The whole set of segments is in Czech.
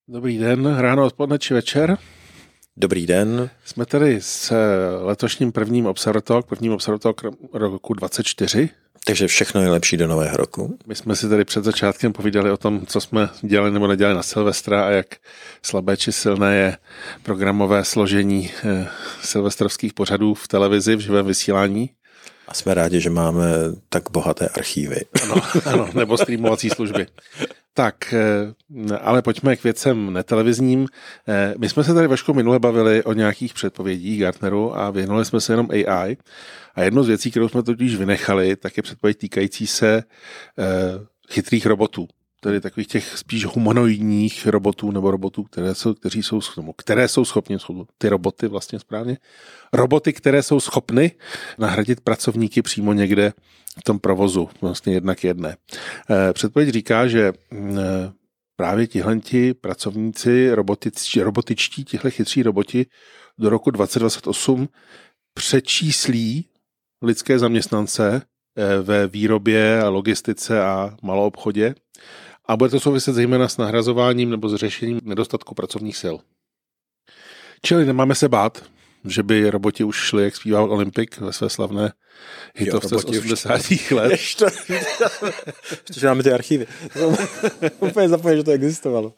Dobrý den, ráno, odpoledne či večer. Dobrý den. Jsme tady s letošním prvním Observatalk roku 24. Takže všechno je lepší do nového roku. My jsme si tady před začátkem povídali o tom, co jsme dělali nebo nedělali na Silvestra a jak slabé či silné je programové složení silvestrovských pořadů v televizi v živém vysílání. A jsme rádi, že máme tak bohaté archívy. Ano, nebo streamovací služby. Tak, ale pojďme k věcem netelevizním. My jsme se tady Vašku minule bavili o nějakých předpovědích Gartneru a věnovali jsme se jenom AI. A jednou z věcí, kterou jsme totiž vynechali, tak je předpověď týkající se chytrých robotů. Tedy takových těch spíš humanoidních robotů nebo robotů, které jsou schopni, jsou ty roboty vlastně správně, roboty, které jsou schopny nahradit pracovníky přímo někde v tom provozu, vlastně jednak jedné. Předpověď říká, že právě tihlenti pracovníci, robotičtí, tihle chytří roboti do roku 2028 přečíslí lidské zaměstnance ve výrobě a logistice a maloobchodě a bude to souviset zejména s nahrazováním nebo s řešením nedostatku pracovních sil. Čili nemáme se bát, že by roboti už šli, jak zpíval Olympik ve své slavné hitovce z 80. let. Ještě máme ty archívy. Úplně zapomněl, že to existovalo.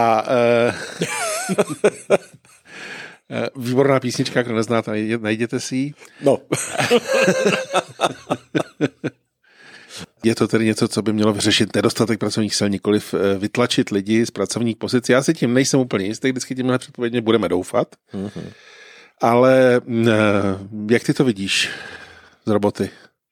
Výborná písnička, kdo neznáte, najděte si ji. No. Je to tedy něco, co by mělo vyřešit nedostatek pracovních sil, nikoliv vytlačit lidi z pracovních pozic. Já si tím nejsem úplně jistý, vždycky tímhle předpovědně budeme doufat. Mm-hmm. Ale jak ty to vidíš z roboty?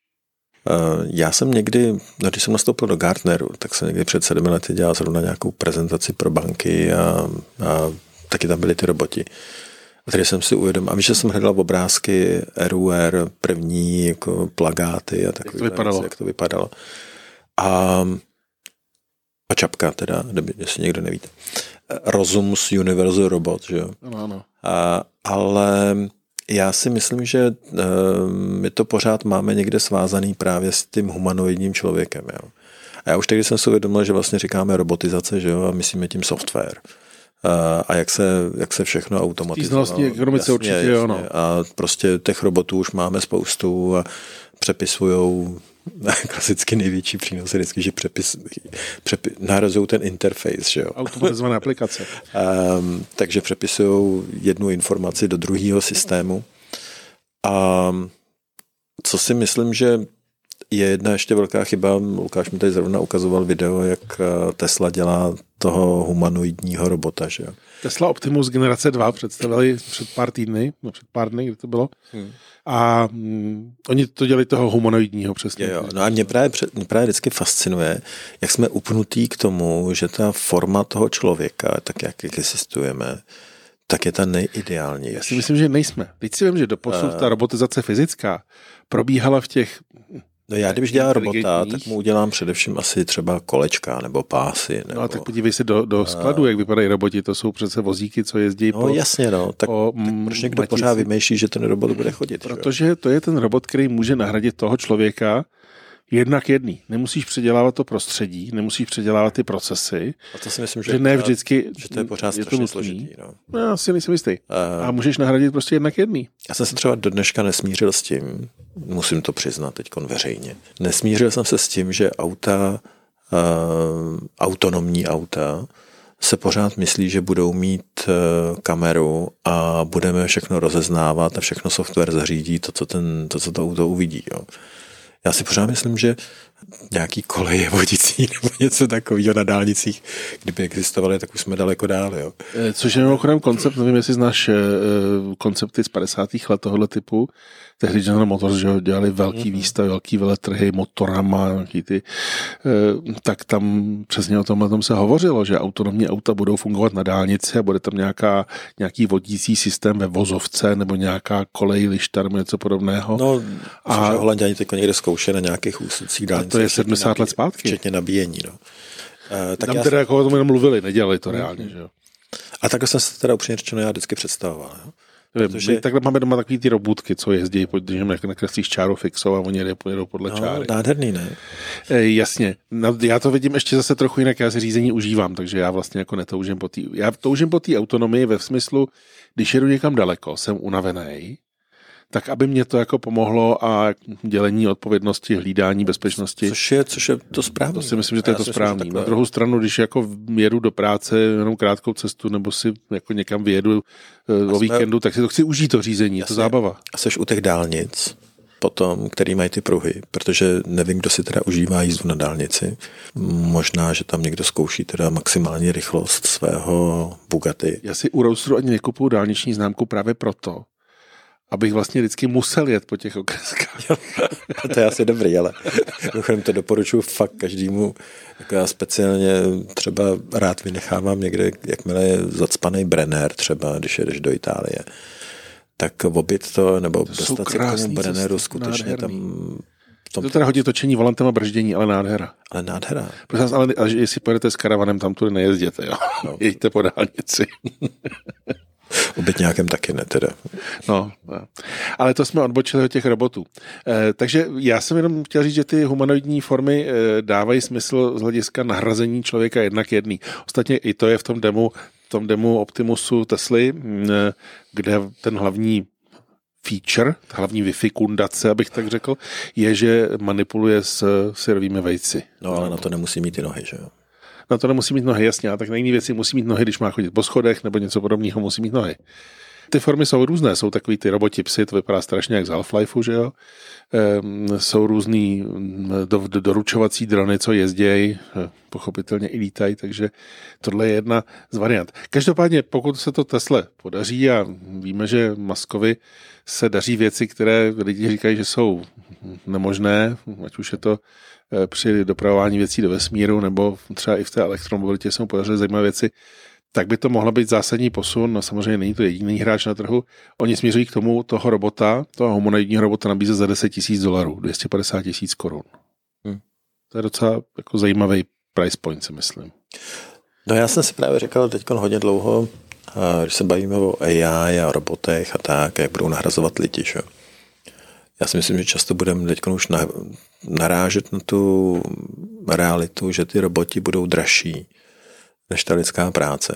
Já jsem někdy, když jsem nastoupil do Gartneru, tak jsem někdy před 7 lety dělal zrovna nějakou prezentaci pro banky a taky tam byly ty roboti. A tady jsem si uvědomil, a víš, že jsem hledal obrázky RUR, první jako plagáty a takové věci, jak to vypadalo. A čapka teda, jestli někdo nevíte. Rozums Universal Robot, že jo? Ano. Ale já si myslím, že my to pořád máme někde svázaný právě s tím humanoidním člověkem. Jo? A já už tehdy jsem si uvědomil, že vlastně říkáme robotizace, že jo? A myslíme tím software. A jak se všechno automatizovalo. Znalostní ekonomice určitě, jo. No. A prostě těch robotů už máme spoustu a přepisujou klasicky největší přínos je vždycky, že nahrazují ten interface, že jo. Automatizované aplikace. Takže přepisují jednu informaci do druhého systému. A co si myslím, že je jedna ještě velká chyba, Lukáš mi tady zrovna ukazoval video, jak Tesla dělá toho humanoidního robota, že jo. Tesla Optimus generace 2 představili před pár dny, kdy to bylo. A oni to dělají toho humanoidního přesně. Jo. No a mě právě vždycky fascinuje, jak jsme upnutí k tomu, že ta forma toho člověka, tak jak existujeme, tak je ta nejideálnější. Já si myslím, že nejsme. Teď si vím, že doposud ta robotizace fyzická probíhala v těch... No já když dělám robota, tak mu udělám především asi třeba kolečka nebo pásy. Nebo... No a tak podívej se do skladu, jak vypadají roboti, to jsou přece vozíky, co jezdí jasně, tak proč někdo pořád vymýšlí, že ten robot bude chodit? Protože to je ten robot, který může nahradit toho člověka jednak jedný. Nemusíš předělávat to prostředí, nemusíš předělávat ty procesy. A to si myslím, že ne vždycky že to je pořád strašně složitý. No, já si nejsem jistý. A můžeš nahradit prostě jednak jedný. Já jsem se třeba do dneška nesmířil s tím, musím to přiznat teďkon veřejně, nesmířil jsem se s tím, že autonomní auta se pořád myslí, že budou mít kameru a budeme všechno rozeznávat a všechno software zařídí to, co to auto uvidí. Jo. Já si pořád myslím, že nějaký koleje vodící nebo něco takového na dálnicích, kdyby existovaly, tak už jsme daleko dál. Jo. Což je mimochodem koncept, nevím, jestli znáš koncepty z 50. let tohoto typu. Tehdy General Motors, že dělali velký výstavy, velký veletrhy, motorama, tak tam přesně o tomhle se hovořilo, že autonomní auta budou fungovat na dálnici a bude tam nějaký vodící systém ve vozovce nebo nějaká kolej, lišta nebo něco podobného. No, a Holanděni teď někde zkoušeli na nějakých úsecích dálnice. To je 70 let zpátky. Včetně nabíjení. No. Tam teda jako o tom jenom mluvili, nedělali to reálně. Že jo? A takhle jsem se teda upřímně řečeno já vždycky představoval. Jo? My takhle máme doma takový ty robůtky, co jezdí, když nakreslíš čáru fixou a oni jedou podle čáry. Nádherný, ne? Jasně. Já to vidím ještě zase trochu jinak, já si řízení užívám, takže já vlastně jako netoužím po té. Já toužím po té autonomii ve smyslu, když jedu někam daleko, jsem unavený, tak aby mě to jako pomohlo a dělení odpovědnosti, hlídání bezpečnosti. Což je to správný. To si myslím, že to je to správný. Na druhou stranu, když jako jedu do práce jenom krátkou cestu nebo si jako někam vyjedu o víkendu, tak si to chci užít to řízení, je to zábava. A seš u těch dálnic potom, který mají ty pruhy, protože nevím, kdo si teda užívá jízdu na dálnici. Možná, že tam někdo zkouší teda maximální rychlost svého Bugatti. Já si u Roadsteru ani nekupuju dálniční známku právě proto, abych vlastně vždycky musel jet po těch okreskách. To je asi dobrý, ale to doporučuji fakt každému. Jako já speciálně třeba rád vynechávám někde, jakmile je zacpaný Brenner, třeba když jedeš do Itálie, tak obět to, nebo dostat se k tomu Brenneru skutečně nádherný. tam... To teda hodně točení volantem a brždění, ale nádhera. Ale nádhera. Ale jestli pojedete s karavanem, tam tudy nejezděte, jo. No. Jeďte po dálnici. Obytňákem taky ne, teda. No, ale to jsme odbočili od těch robotů. Takže já jsem jenom chtěl říct, že ty humanoidní formy dávají smysl z hlediska nahrazení člověka jednak jedný. Ostatně i to je v tom demo Optimusu Tesly, kde ten hlavní feature, ta hlavní Wi-Fi kundace, abych tak řekl, je, že manipuluje s syrovými vejci. No, ale na to nemusí mít ty nohy, že jo? Na to nemusí mít nohy, jasně, a tak na jiné věci musí mít nohy, když má chodit po schodech nebo něco podobného, musí mít nohy. Ty formy jsou různé, jsou takový ty roboti psy, to vypadá strašně jak z Half-Lifeu, že jo? Jsou různý doručovací drony, co jezdějí, pochopitelně i lítají, takže tohle je jedna z variant. Každopádně, pokud se to Tesle podaří a víme, že Muskovi se daří věci, které lidi říkají, že jsou nemožné, ať už je to při dopravování věcí do vesmíru, nebo třeba i v té elektromobilitě se mu podařily zajímavé věci, tak by to mohlo být zásadní posun. No samozřejmě není to jediný hráč na trhu. Oni směřují k tomu toho humanoidního robota nabízet za $10,000, 250 000 korun. To je docela jako zajímavý price point, si myslím. No já jsem si právě říkal teď hodně dlouho, když se bavíme o AI a robotech a tak, jak budou nahrazovat lidi, že? Já si myslím, že často budeme teď už narážet na tu realitu, že ty roboti budou dražší než ta lidská práce.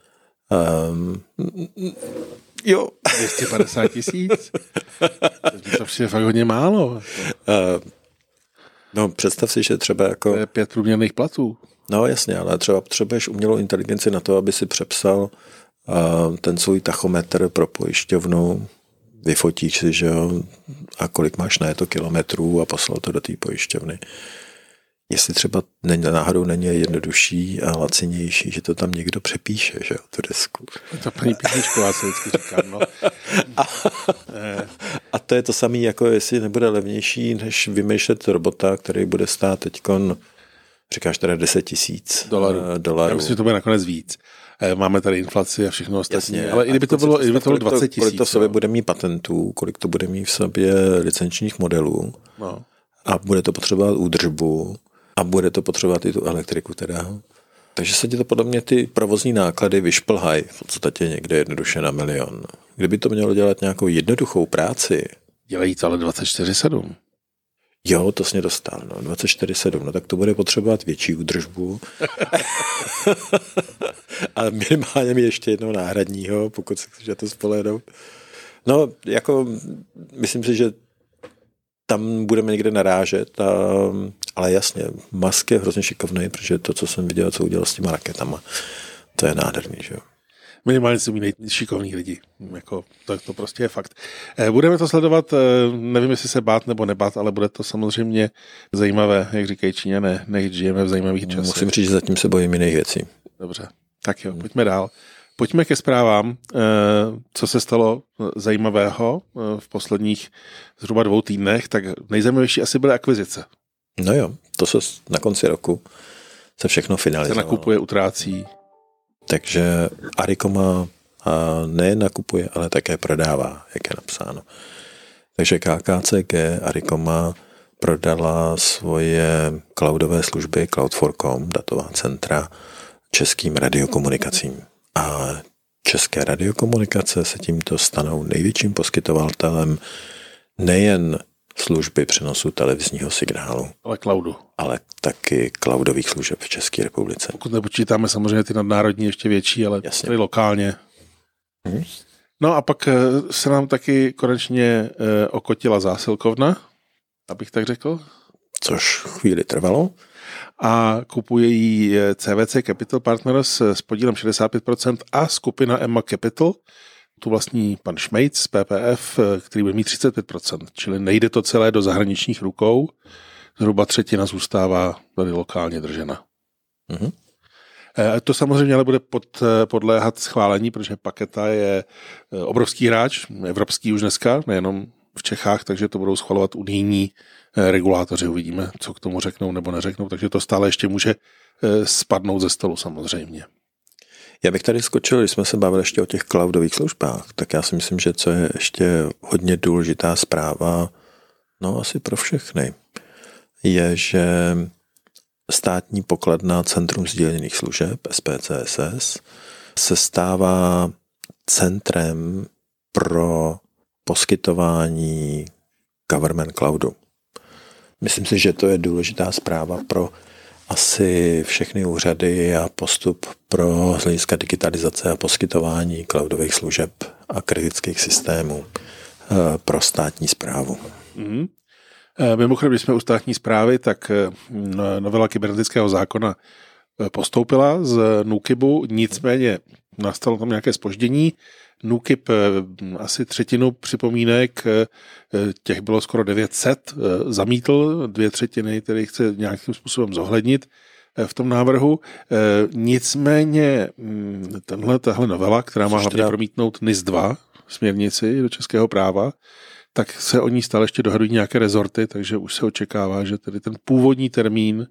Jo. 250 000? To přijde fakt hodně málo. No, představ si, že třeba jako... To je 5 průměrných platů. No jasně, ale třeba potřebuješ umělou inteligenci na to, aby si přepsal ten svůj tachometr pro pojišťovnu, vyfotíš si, že jo, a kolik máš na to kilometrů a poslal to do té pojišťovny. Jestli třeba náhodou není jednodušší a lacinější, že to tam někdo přepíše, že jo, tu desku. To paní Písničková se vždycky říkám, no. A to je to samé, jako jestli nebude levnější, než vymýšlet robota, který bude stát teďkon, říkáš teda $10,000. Já myslím, že to bude nakonec víc. Máme tady inflaci a všechno ostatní. Jasně, ale i kdyby to bylo 20 000. Kolik to v sobě bude mít patentů, kolik to bude mít v sobě licenčních modelů. No. A bude to potřebovat údržbu a bude to potřebovat i tu elektriku teda. Takže se ti to podle mě ty provozní náklady vyšplhají v podstatě někde jednoduše na milion. Kdyby to mělo dělat nějakou jednoduchou práci. Dělají to ale 24/7. Jo, to jsi mě dostal, no, 24/7, no tak to bude potřebovat větší údržbu. A minimálně mi ještě jednoho náhradního, pokud se chceš to spoléhnout. No, jako myslím si, že tam budeme někde narážet, ale jasně, Musk je hrozně šikovný, protože to, co jsem viděl, co udělal s těma raketama, to je nádherný, že jo. Minimálně jsou šikovní lidi. Jako, to prostě je fakt. Budeme to sledovat, nevím, jestli se bát nebo nebát, ale bude to samozřejmě zajímavé, jak říkají Číňané, nech žijeme v zajímavých časech. Musím říct, že zatím se bojím jiných věcí. Dobře, tak jo, pojďme dál. Pojďme ke zprávám, co se stalo zajímavého v posledních zhruba 2 týdnech, tak nejzajímavější asi byly akvizice. No jo, to se na konci roku se všechno finalizovalo. Se nakupuje, utrácí. Takže Arikoma nejen nakupuje, ale také prodává, jak je napsáno. Takže KKCG Arikoma prodala svoje cloudové služby Cloud4Com, datová centra, českým radiokomunikacím. A České radiokomunikace se tímto stanou největším poskytovatelem nejen služby přenosu televizního signálu, ale cloudu. Ale taky cloudových služeb v České republice. Pokud nepočítáme samozřejmě ty nadnárodní ještě větší, ale tady lokálně. No a pak se nám taky konečně okotila zásilkovna, abych tak řekl. Což chvíli trvalo. A kupuje jí CVC Capital Partners s podílem 65% a skupina Emma Capital, tu vlastní pan Šmejc z PPF, který bude mít 35%, čili nejde to celé do zahraničních rukou, zhruba třetina zůstává tady lokálně držena. Mm-hmm. To samozřejmě ale bude podléhat schválení, protože Paketa je obrovský hráč, evropský už dneska, nejenom v Čechách, takže to budou schvalovat unijní regulátoři. Uvidíme, co k tomu řeknou nebo neřeknou, takže to stále ještě může spadnout ze stolu samozřejmě. Já bych tady skočil, když jsme se bavili ještě o těch cloudových službách, tak já si myslím, že co je ještě hodně důležitá zpráva, no asi pro všechny, je, že státní pokladna Centrum sdílených služeb, SPCSS, se stává centrem pro poskytování government cloudu. Myslím si, že to je důležitá zpráva pro asi všechny úřady a postup pro z hlediska digitalizace a poskytování cloudových služeb a kritických systémů pro státní správu. Mm-hmm. Mimochodem, když jsme u státní správy, tak novela kybernetického zákona postoupila z NÚKIBu, nicméně nastalo tam nějaké zpoždění. NÚKIB asi třetinu připomínek, těch bylo skoro 900, zamítl 2/3, které chce nějakým způsobem zohlednit v tom návrhu. Nicméně tahle novela, která má hlavně promítnout NIS 2 směrnici do českého práva, tak se o ní stále ještě dohadují nějaké rezorty, takže už se očekává, že tedy ten původní termín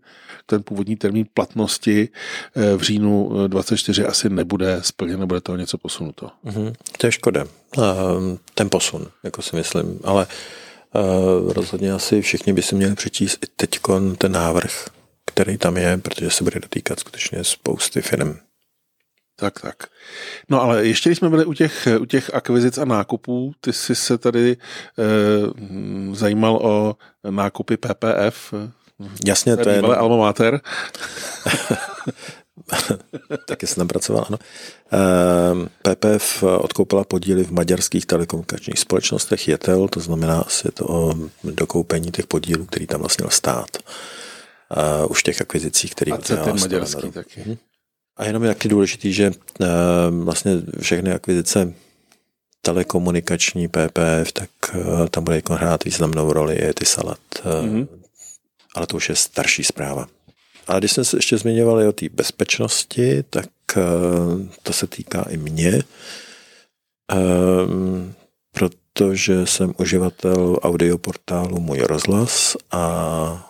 platnosti v říjnu 24 asi nebude splněn, nebude toho něco posunuto. To je škoda. Ten posun, jako si myslím, ale rozhodně asi všichni by si měli přečíst i teďkon ten návrh, který tam je, protože se bude dotýkat skutečně spousty firm. Tak. No ale ještě když jsme byli u těch akvizic a nákupů, ty jsi se tady zajímal o nákupy PPF. Jasně, to je alma mater. Taky jsem tam pracoval, ano. PPF odkoupila podíly v maďarských telekomunikačních společnostech Jetel, to znamená asi to o dokoupení těch podílů, který tam vlastnil stát. Už těch akvizicích, který udělal maďarský taky. A jenom jak je důležitý, že vlastně všechny akvizice telekomunikační PPF, tak tam bude hrát významnou roli je Etisalat. Ale to už je starší zpráva. A když jsme se ještě zmiňovali o té bezpečnosti, tak to se týká i mě, protože jsem uživatel audioportálu Můj rozhlas a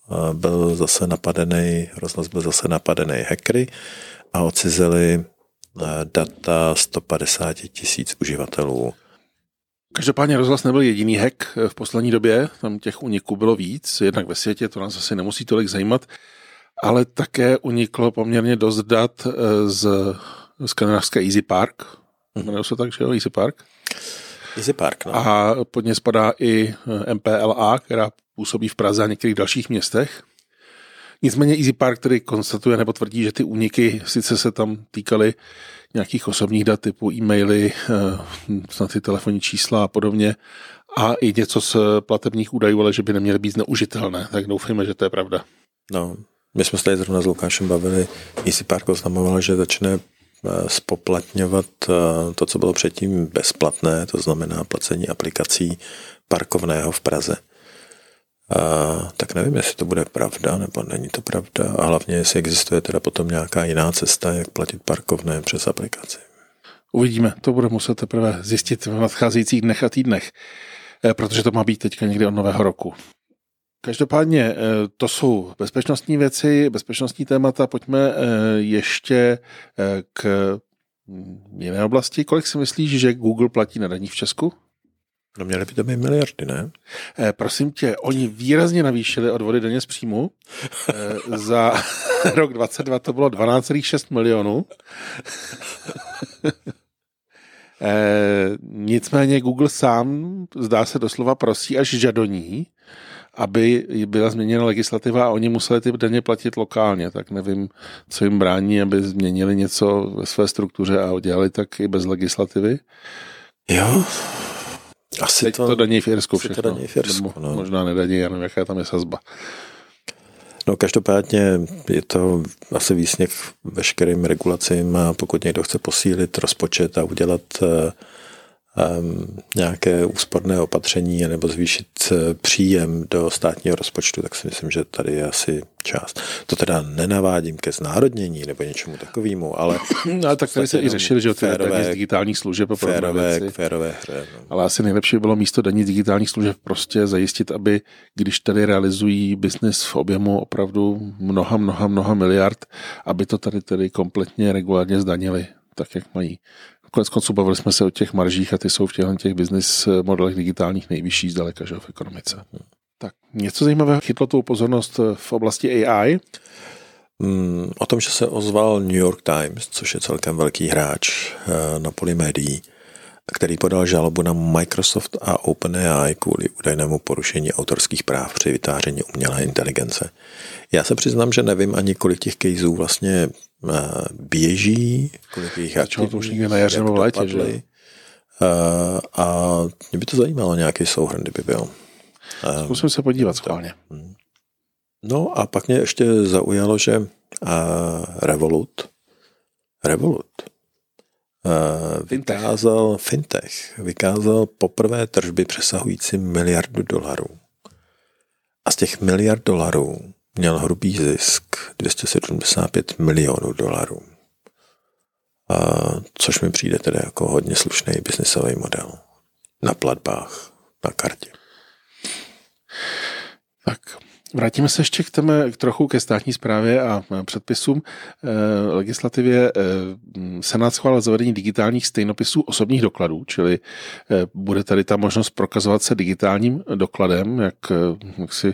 rozhlas byl zase napadený hackery a odcizili data 150 000 uživatelů. Každopádně rozhlas nebyl jediný hack v poslední době, tam těch úniků bylo víc, jednak ve světě, to nás asi nemusí tolik zajímat, ale také uniklo poměrně dost dat z skandinávské Easy Park, jmenuje se tak, že jo, Easy Park? Easy Park, no. A pod ně spadá i MPLA, která působí v Praze a některých dalších městech. Nicméně Easy Park tedy konstatuje nebo tvrdí, že ty úniky sice se tam týkaly nějakých osobních dat typu e-maily, snad ty telefonní čísla a podobně a i něco z platebních údajů, ale že by neměly být zneužitelné. Tak doufejme, že to je pravda. No, my jsme se tady zrovna s Lukášem bavili. Easy Park oznamoval, že začne spoplatňovat to, co bylo předtím bezplatné, to znamená placení aplikací parkovného v Praze. Tak nevím, jestli to bude pravda, nebo není to pravda a hlavně, jestli existuje teda potom nějaká jiná cesta, jak platit parkovné přes aplikaci. Uvidíme, to bude muset teprve zjistit v nadcházejících dnech a týdnech, protože to má být teďka někdy od nového roku. Každopádně to jsou bezpečnostní věci, bezpečnostní témata. Pojďme ještě k jiné oblasti. Kolik si myslíš, že Google platí na daních v Česku? No měly by to být miliardy, ne? Prosím tě, oni výrazně navýšili odvody daně z příjmu. Za rok 2022 to bylo 12,6 milionů. Nicméně Google sám, zdá se, doslova prosí až žadoní, aby byla změněna legislativa a oni museli ty daně platit lokálně, tak nevím, co jim brání, aby změnili něco ve své struktuře a udělali tak i bez legislativy. Jo, asi teď to daní v Irsku všechno. To daní v Irsku, no. Možná nedaní, já nevím, jaká tam je sazba. No každopádně je to asi výsměch veškerým regulacím a pokud někdo chce posílit rozpočet a udělat nějaké úsporné opatření nebo zvýšit příjem do státního rozpočtu, tak si myslím, že tady je asi část. To teda nenavádím ke znárodnění nebo něčemu takovému, ale... No, tak tady se i řešili, že ty daní z digitálních služeb a férové hře. No. Ale asi nejlepší by bylo místo daní z digitálních služeb prostě zajistit, aby když tady realizují biznis v objemu opravdu mnoha miliard, aby to tady kompletně regulárně zdanili, tak jak mají. Konec konců bavili jsme se o těch maržích a ty jsou v těch business modelech digitálních nejvyšší zdaleka, že v ekonomice. Tak něco zajímavého chytlo tou pozornost v oblasti AI? O tom, že se ozval New York Times, což je celkem velký hráč na poli médií, který podal žalobu na Microsoft a OpenAI kvůli údajnému porušení autorských práv při vytváření umělé inteligence. Já se přiznám, že nevím ani kolik těch caseů vlastně běží, kolik jich aktivní, to už nikdy na jaře nebo v létě, že? A mě by to zajímalo nějaký souhrn, kdyby byl. Zkusím se podívat schválně. No a pak mě ještě zaujalo, že Revolut vykázal poprvé tržby přesahující $1 miliardu. A z těch $1 miliard měl hrubý zisk $275 milionů. Což mi přijde tedy jako hodně slušný biznisový model na platbách, na kartě. Tak, vrátíme se ještě trochu ke státní správě a předpisům. Legislativě Senát schválil zavedení digitálních stejnopisů osobních dokladů, čili bude tady ta možnost prokazovat se digitálním dokladem, jak si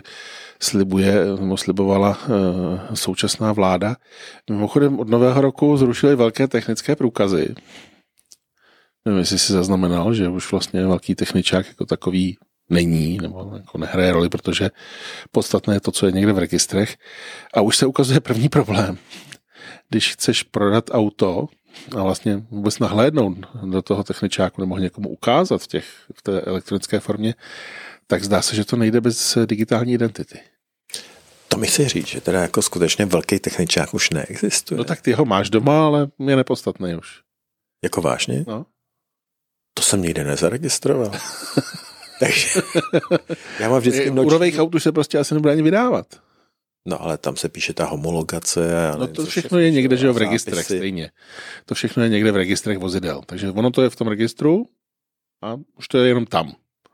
slibovala současná vláda. Mimochodem od nového roku zrušili velké technické průkazy. Nevím, jestli si zaznamenal, že už vlastně velký techničák jako takový není, nebo jako nehraje roli, protože podstatné je to, co je někde v registrech. A už se ukazuje první problém. Když chceš prodat auto a vlastně vůbec nahlédnout do toho techničáku nebo někomu ukázat v té elektronické formě, tak zdá se, že to nejde bez digitální identity. To mi chci říct, že teda jako skutečně velký techničák už neexistuje. No tak ty ho máš doma, ale je nepodstatný už. Jako vážně? No. To jsem nikdy nezaregistroval. Takže já mám vždycky u nových aut už se prostě asi nebude ani vydávat. No ale tam se píše ta homologace. A no to všechno je někde, že v registrech stejně. To všechno je někde v registrech vozidel. Takže ono to je v tom registru a už to je jenom tam.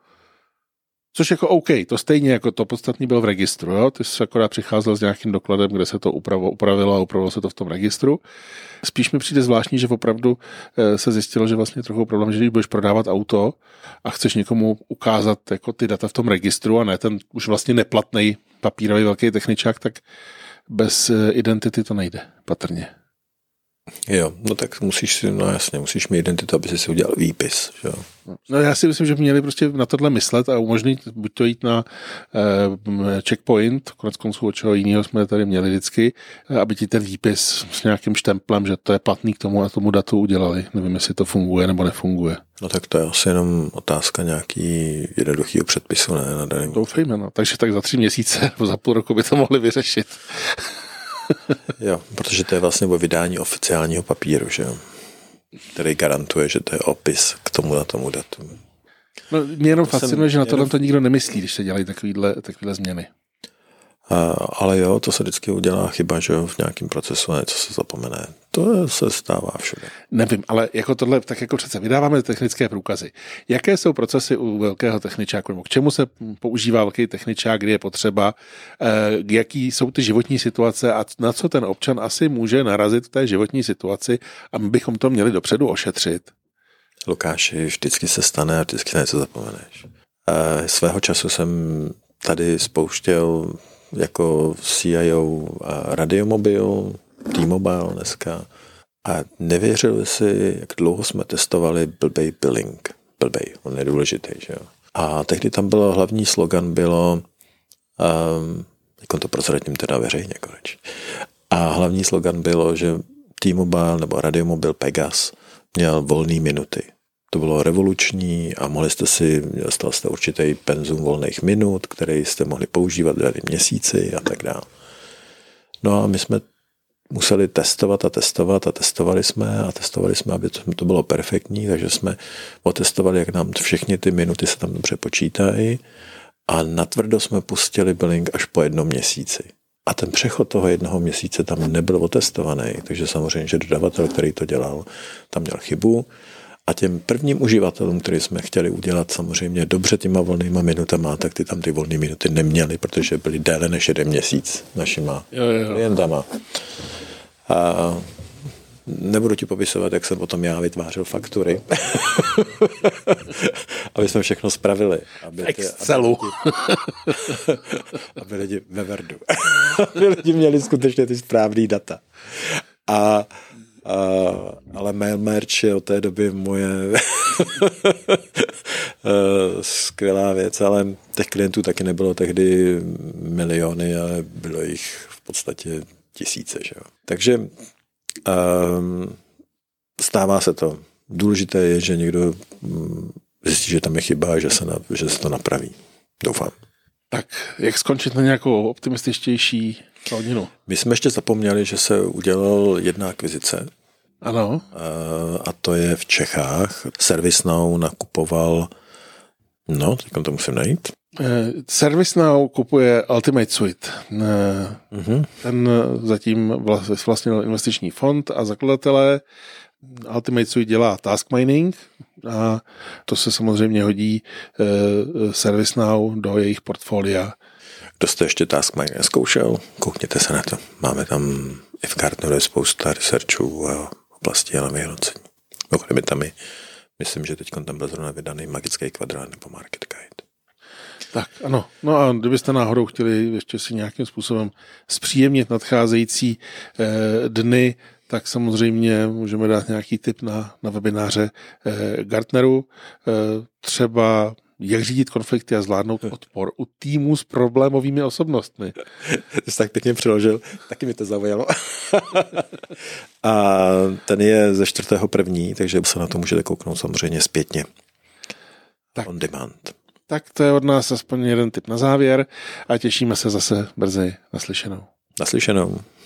Což jako OK, to stejně jako to podstatný byl v registru. Jo? Ty jsi akorát přicházel s nějakým dokladem, kde se to upravilo a upravilo se to v tom registru. Spíš mi přijde zvláštní, že opravdu se zjistilo, že vlastně trochu problém, že když budeš prodávat auto a chceš někomu ukázat jako ty data v tom registru a ne ten už vlastně neplatný papírový velký techničák, tak bez identity to nejde patrně. Jo, no tak musíš mít identitu, aby si udělal výpis. Že? No já si myslím, že měli prostě na tohle myslet a umožnit buď to jít na checkpoint, konec konců od čeho jiného jsme tady měli vždycky, aby ti ten výpis s nějakým štemplem, že to je platný k tomu a tomu datu udělali. Nevím, jestli to funguje nebo nefunguje. No tak to je asi jenom otázka nějaký jednoduchýho předpisu, ne? Na daný doufejme, no. Takže tak za 3 měsíce, za půl roku by to mohli vyřešit. Jo, protože to je vlastně o vydání oficiálního papíru, že jo, který garantuje, že to je opis k tomu a tomu datu. No, mě jenom fascinuje, že na tohle to nikdo nemyslí, když se dělají takovýhle změny. Ale jo, to se vždycky udělá chyba, že jo, v nějakém procesu a něco se zapomene. To se stává všude. Nevím, ale jako tohle, tak jako přece vydáváme technické průkazy. Jaké jsou procesy u velkého techničáku? Nebo k čemu se používá velký techničák, kdy je potřeba? Jaký jsou ty životní situace a na co ten občan asi může narazit v té životní situaci a my bychom to měli dopředu ošetřit? Lukáši, vždycky se stane a vždycky něco zapomeneš. Svého času jsem tady spouštěl jako CIO Radiomobil, T-Mobile dneska A nevěřili si, jak dlouho jsme testovali blbej billing. Blbej, on je důležitý, že jo. A tehdy tam bylo, hlavní slogan bylo, jako to prozradím teda veřejně konečně. A hlavní slogan bylo, že T-Mobile nebo Radiomobil Pegas měl volné minuty. To bylo revoluční a dostal jste určitý penzum volných minut, který jste mohli používat v daném měsíci a tak dále. No a my jsme museli testovat a testovali jsme, aby to bylo perfektní, takže jsme otestovali, jak nám všechny ty minuty se tam dobře počítají a natvrdo jsme pustili billing až po 1 měsíci. A ten přechod toho 1 měsíce tam nebyl otestovaný, takže samozřejmě, že dodavatel, který to dělal, tam měl chybu. A těm prvním uživatelům, který jsme chtěli udělat samozřejmě dobře těma volnýma minutama, tak ty tam ty volné minuty neměli, protože byly déle než 1 měsíc našima klientama. A nebudu ti popisovat, jak jsem potom já vytvářel faktury, aby jsme všechno spravili. Aby lidi ve Wordu. Aby lidi měli skutečně ty správný data. Ale mail merch je od té doby moje skvělá věc, ale těch klientů taky nebylo tehdy miliony, ale bylo jich v podstatě tisíce. Že jo. Takže stává se to. Důležité je, že někdo zjistí, že tam je chyba a že se to napraví. Doufám. Tak, jak skončit na nějakou optimističtější hodinu? My jsme ještě zapomněli, že se udělal jedna akvizice. Ano. A to je v Čechách. ServiceNow nakupoval, tak to musím najít. ServiceNow kupuje Ultimate Suite. Ten zatím vlastnil investiční fond a zakladatelé. Ultimate Suite dělá task mining a to se samozřejmě hodí ServiceNow do jejich portfolia. Kdo jste ještě task mining neskoušel, koukněte se na to. Máme tam i v Gartneru spousta researchů a oblasti a vyhodnocení. Myslím, že teď tam byl zrovna vydaný magický kvadrát nebo market guide. Tak, ano. No a kdybyste náhodou chtěli ještě si nějakým způsobem zpříjemnit nadcházející dny, tak samozřejmě můžeme dát nějaký tip na webináře Gartneru. Třeba jak řídit konflikty a zvládnout odpor u týmu s problémovými osobnostmi. Ty jsi tak pěkně přeložil, taky mi to zaujalo. A ten je ze 4.1., takže se na to můžete kouknout samozřejmě zpětně. Tak. On demand. Tak to je od nás aspoň jeden tip na závěr a těšíme se zase brzy naslyšenou. Naslyšenou.